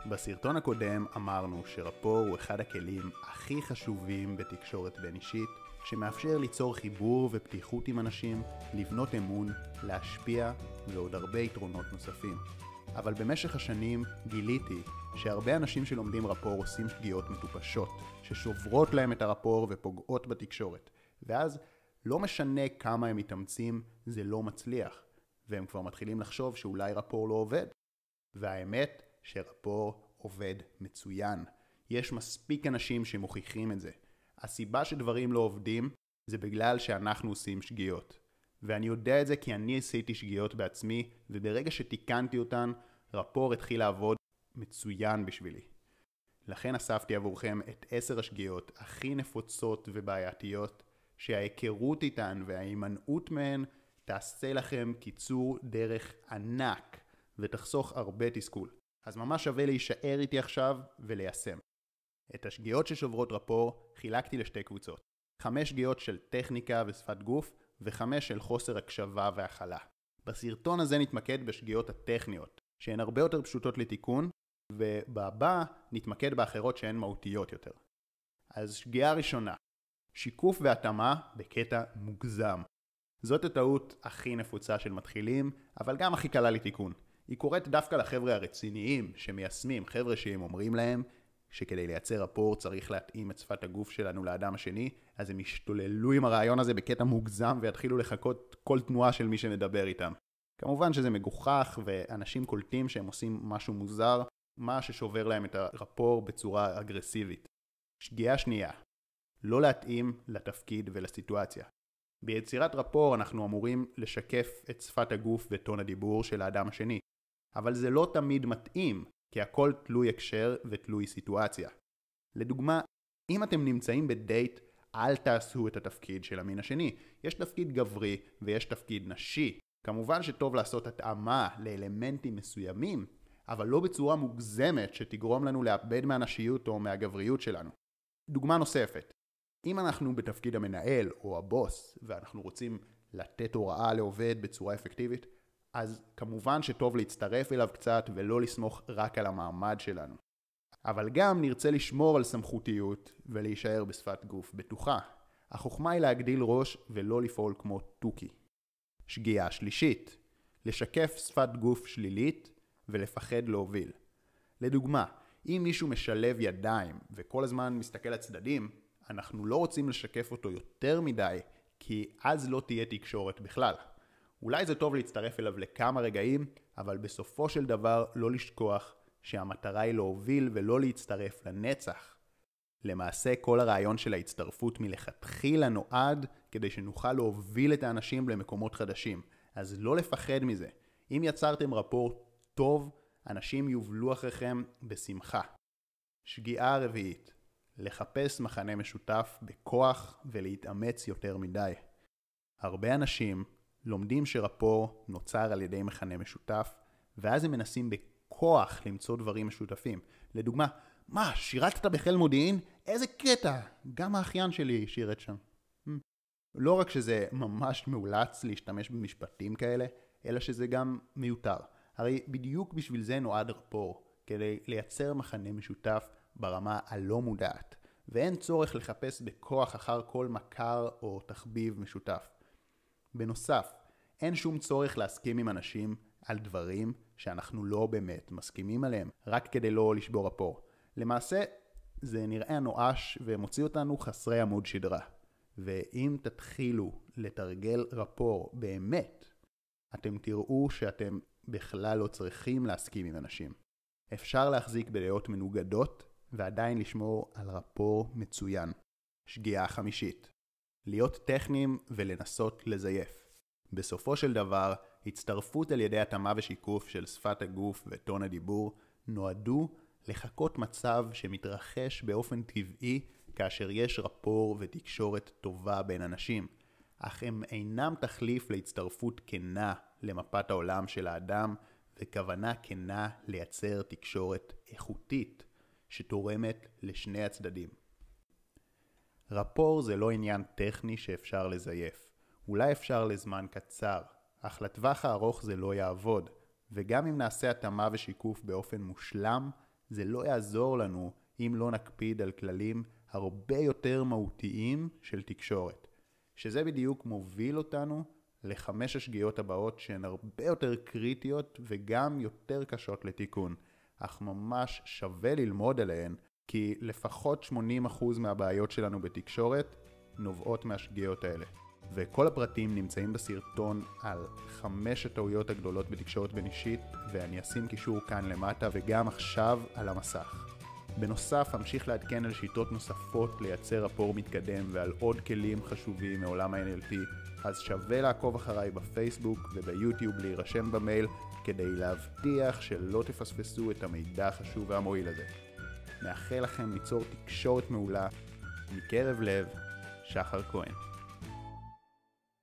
בסרטון הקודם אמרנו שרפור הוא אחד הכלים הכי חשובים בתקשורת בין אישית, שמאפשר ליצור חיבור ופתיחות עם אנשים, לבנות אמון, להשפיע ועוד הרבה יתרונות נוספים. אבל במשך השנים גיליתי שהרבה אנשים שלומדים רפור עושים שגיאות מטופשות, ששוברות להם את הרפור ופוגעות בתקשורת. ואז לא משנה כמה הם מתאמצים, זה לא מצליח. והם כבר מתחילים לחשוב שאולי רפור לא עובד. והאמת שרפור עובד מצוין. יש מספיק אנשים שמוכיחים את זה. הסיבה שדברים לא עובדים זה בגלל שאנחנו עושים שגיאות. ואני יודע את זה כי אני עשיתי שגיאות בעצמי, וברגע שתיקנתי אותן, רפור התחיל לעבוד מצוין בשבילי. לכן אספתי עבורכם את 10 השגיאות הכי נפוצות ובעייתיות, שההיכרות איתן וההימנעות מהן תעשה לכם קיצור דרך ענק, ותחסוך הרבה תסכול. אז ממש שווה להישאר איתי עכשיו וליישם. את השגיאות ששוברות רפור חילקתי לשתי קבוצות. 5 שגיאות של טכניקה ושפת גוף, ו5 של חוסר הקשבה והכלה. בסרטון הזה נתמקד בשגיאות הטכניות, שהן הרבה יותר פשוטות לתיקון, ובבא נתמקד באחרות שהן מהותיות יותר. אז שגיאה ראשונה, שיקוף והתאמה בקטע מוגזם. זאת הטעות הכי נפוצה של מתחילים, אבל גם הכי קלה לתיקון. היא קורית דווקא לחבר'ה הרציניים שמיישמים, חבר'ה שהם אומרים להם שכדי לייצר רפור צריך להתאים את שפת הגוף שלנו לאדם השני, אז הם ישתוללו עם הרעיון הזה בקטע מוגזם ויתחילו לחכות כל תנועה של מי שמדבר איתם. כמובן שזה מגוחך ואנשים קולטים שהם עושים משהו מוזר, מה ששובר להם את הרפור בצורה אגרסיבית. שגיאה שנייה, לא להתאים לתפקיד ולסיטואציה. ביצירת רפור אנחנו אמורים לשקף את שפת הגוף וטון הדיבור של האדם השני, אבל זה לא תמיד מתאים, כי הכל תלוי הקשר ותלוי סיטואציה. לדוגמה, אם אתם נמצאים בדייט, אל תעשו את התפקיד של המין השני. יש תפקיד גברי ויש תפקיד נשי. כמובן שטוב לעשות התאמה לאלמנטים מסוימים, אבל לא בצורה מוגזמת שתגרום לנו לאבד מהנשיות או מהגבריות שלנו. דוגמה נוספת, אם אנחנו בתפקיד המנהל או הבוס ואנחנו רוצים לתת הוראה לעובד בצורה אפקטיבית, אז כמובן שטוב להצטרף אליו קצת ולא לסמוך רק על המעמד שלנו. אבל גם נרצה לשמור על סמכותיות ולהישאר בשפת גוף בטוחה. החוכמה היא להגדיל ראש ולא לפעול כמו טוקי. שגיאה שלישית, לשקף שפת גוף שלילית ולפחד להוביל. לדוגמה, אם מישהו משלב ידיים וכל הזמן מסתכל לצדדים, אנחנו לא רוצים לשקף אותו יותר מדי, כי אז לא תהיה תקשורת בכלל. אולי זה טוב להצטרף אליו לכמה רגעים, אבל בסופו של דבר לא לשכוח שהמטרה היא להוביל ולא להצטרף לנצח. למעשה כל הרעיון של ההצטרפות מלכתחילה נועד כדי שנוכל להוביל את האנשים למקומות חדשים. אז לא לפחד מזה. אם יצרתם רפור טוב, אנשים יובלו אחריכם בשמחה. שגיאה רביעית, לחפש מחנה משותף בכוח ולהתאמץ יותר מדי. הרבה אנשים לומדים שרפור נוצר על ידי מחנה משותף, ואז הם מנסים בכוח למצוא דברים משותפים. לדוגמה, מה, שירתת בחיל מודיעין? איזה קטע! גם האחיין שלי שירת שם. לא רק שזה ממש מאולץ להשתמש במשפטים כאלה, אלא שזה גם מיותר. הרי בדיוק בשביל זה נועד רפור, כדי לייצר מחנה משותף ברמה הלא מודעת, ואין צורך לחפש בכוח אחר כל מכר או תחביב משותף. בנוסף, אין שום צורך להסכים עם אנשים על דברים שאנחנו לא באמת מסכימים עליהם, רק כדי לא לשבור רפור. למעשה, זה נראה נואש ומוציא אותנו חסרי עמוד שדרה. ואם תתחילו לתרגל רפור באמת, אתם תראו שאתם בכלל לא צריכים להסכים עם אנשים. אפשר להחזיק בדעות מנוגדות ועדיין לשמור על רפור מצוין. שגיאה חמישית, להיות טכניים ולנסות לזייף. בסופו של דבר, הצטרפות על ידי התאמה ושיקוף של שפת הגוף וטון הדיבור נועדו לחכות מצב שמתרחש באופן טבעי כאשר יש רפור ותקשורת טובה בין אנשים, אך הם אינם תחליף להצטרפות כנה למפת העולם של האדם וכוונה כנה לייצר תקשורת איכותית שתורמת לשני הצדדים. רפור זה לא עניין טכני שאפשר לזייף. אולי אפשר לזמן קצר, אך לטווח הארוך זה לא יעבוד, וגם אם נעשה התאמה ושיקוף באופן מושלם, זה לא יעזור לנו אם לא נקפיד על כללים הרבה יותר מהותיים של תקשורת. שזה בדיוק מוביל אותנו ל5 השגיאות הבאות שהן הרבה יותר קריטיות וגם יותר קשות לתיקון. אך ממש שווה ללמוד עליהן, כי לפחות 80% מהבעיות שלנו בתקשורת נובעות מהשגיאות האלה. וכל הפרטים נמצאים בסרטון על 5 הטעויות הגדולות בתקשורת בין אישית, ואני אשים קישור כאן למטה וגם עכשיו על המסך. בנוסף, אמשיך לעדכן על שיטות נוספות לייצר רפור מתקדם ועל עוד כלים חשובים מעולם ה-NLP, אז שווה לעקוב אחריי בפייסבוק וביוטיוב, להירשם במייל, כדי להבטיח שלא תפספסו את המידע החשוב והמועיל הזה. מאחל לכם ליצור תקשורת מעולה, מקרב לב, שחר כהן.